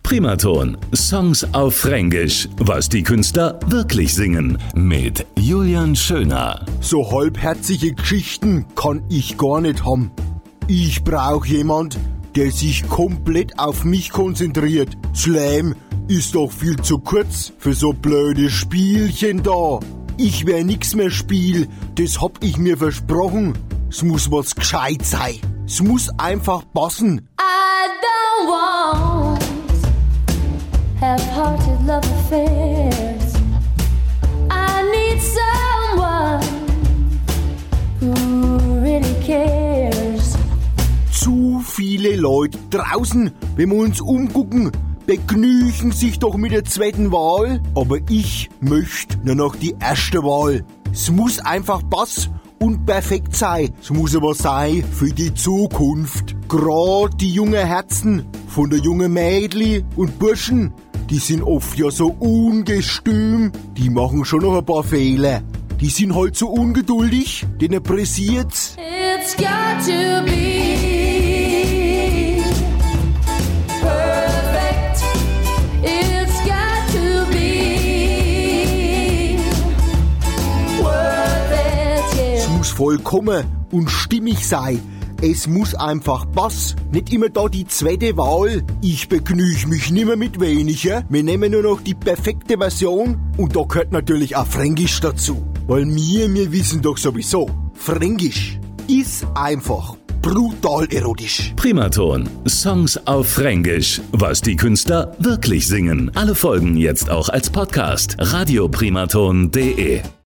Primaton. Songs auf Fränkisch. Was die Künstler wirklich singen. Mit Julian Schöner. So halbherzige Geschichten kann ich gar nicht haben. Ich brauch jemand, der sich komplett auf mich konzentriert. Slam ist doch viel zu kurz für so blöde Spielchen da. Ich wär nix mehr Spiel, das hab ich mir versprochen. Es muss was gescheit sein. Es muss einfach passen. I don't want half-hearted love affairs. I need someone who really cares. Zu viele Leute draußen, wenn wir uns umgucken, begnügen sich doch mit der zweiten Wahl. Aber ich möchte nur noch die erste Wahl. Es muss einfach passen und perfekt sein. Es muss aber sein für die Zukunft. Gerade die jungen Herzen von der jungen Mädli und Burschen, die sind oft ja so ungestüm. Die machen schon noch ein paar Fehler. Die sind halt so ungeduldig, denen pressiert's. It's got to be perfect. It's got to be worth it, yeah. Es muss vollkommen und stimmig sein. Es muss einfach passen. Nicht immer da die zweite Wahl. Ich begnüge mich nimmer mit weniger. Wir nehmen nur noch die perfekte Version. Und da gehört natürlich auch Fränkisch dazu. Weil wir wissen doch sowieso, Fränkisch ist einfach brutal erotisch. Primaton. Songs auf Fränkisch. Was die Künstler wirklich singen. Alle Folgen jetzt auch als Podcast. radioprimaton.de